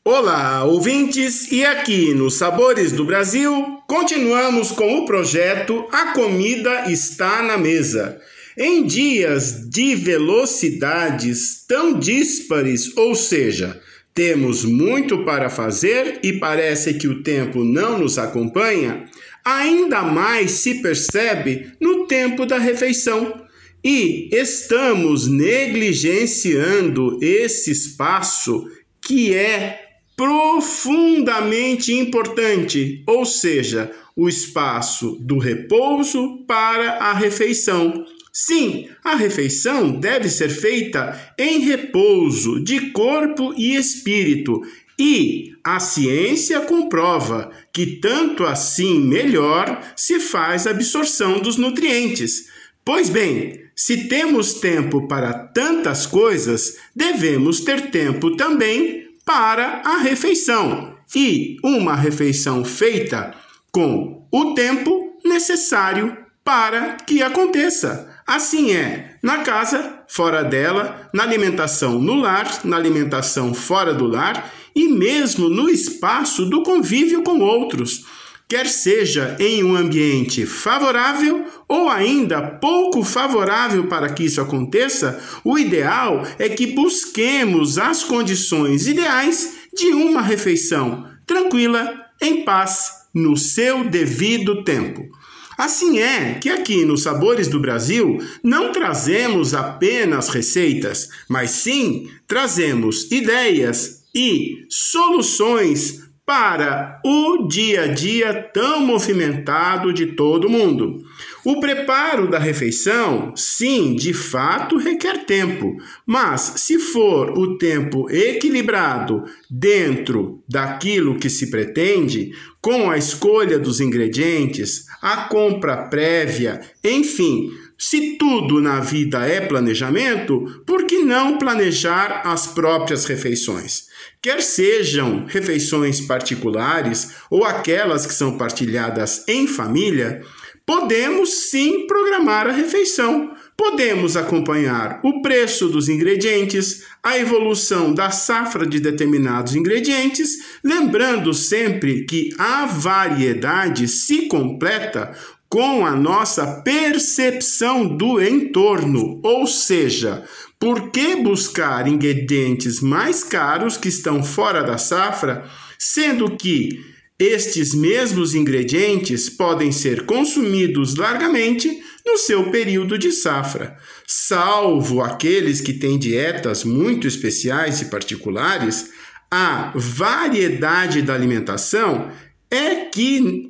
Olá, ouvintes, e aqui no Sabores do Brasil, continuamos com o projeto A Comida Está na Mesa. Em dias de velocidades tão díspares, ou seja, temos muito para fazer e parece que o tempo não nos acompanha, ainda mais se percebe no tempo da refeição. E estamos negligenciando esse espaço que é profundamente importante, ou seja, o espaço do repouso para a refeição. Sim, a refeição deve ser feita em repouso de corpo e espírito, e a ciência comprova que tanto assim melhor se faz a absorção dos nutrientes. Pois bem, se temos tempo para tantas coisas, devemos ter tempo também para a refeição, e uma refeição feita com o tempo necessário para que aconteça. Assim é na casa, fora dela, na alimentação no lar, na alimentação fora do lar e mesmo no espaço do convívio com outros. Quer seja em um ambiente favorável ou ainda pouco favorável para que isso aconteça, o ideal é que busquemos as condições ideais de uma refeição tranquila, em paz, no seu devido tempo. Assim é que aqui nos Sabores do Brasil não trazemos apenas receitas, mas sim trazemos ideias e soluções para o dia a dia tão movimentado de todo mundo. O preparo da refeição, sim, de fato requer tempo, mas se for o tempo equilibrado dentro daquilo que se pretende, com a escolha dos ingredientes, a compra prévia, enfim, se tudo na vida é planejamento, por que não planejar as próprias refeições? Quer sejam refeições particulares ou aquelas que são partilhadas em família, podemos sim programar a refeição. Podemos acompanhar o preço dos ingredientes, a evolução da safra de determinados ingredientes, lembrando sempre que a variedade se completa com a nossa percepção do entorno, ou seja, por que buscar ingredientes mais caros que estão fora da safra, sendo que estes mesmos ingredientes podem ser consumidos largamente no seu período de safra, salvo aqueles que têm dietas muito especiais e particulares. A variedade da alimentação é que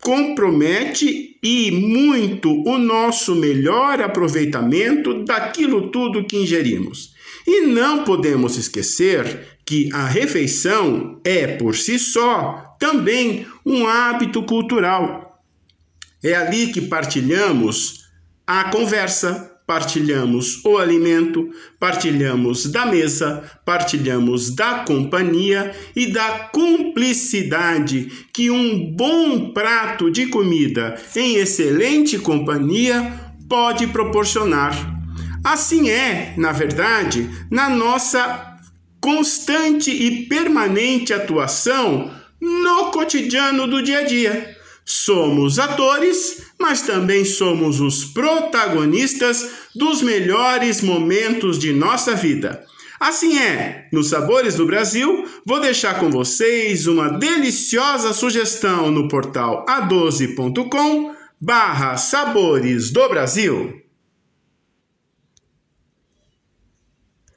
compromete e muito o nosso melhor aproveitamento daquilo tudo que ingerimos. E não podemos esquecer que a refeição é, por si só, também um hábito cultural. É ali que partilhamos a conversa, partilhamos o alimento, partilhamos da mesa, partilhamos da companhia e da cumplicidade que um bom prato de comida em excelente companhia pode proporcionar. Assim é, na verdade, na nossa constante e permanente atuação no cotidiano do dia a dia. Somos atores, mas também somos os protagonistas dos melhores momentos de nossa vida. Assim é, nos Sabores do Brasil, vou deixar com vocês uma deliciosa sugestão no portal a12.com/Sabores do Brasil.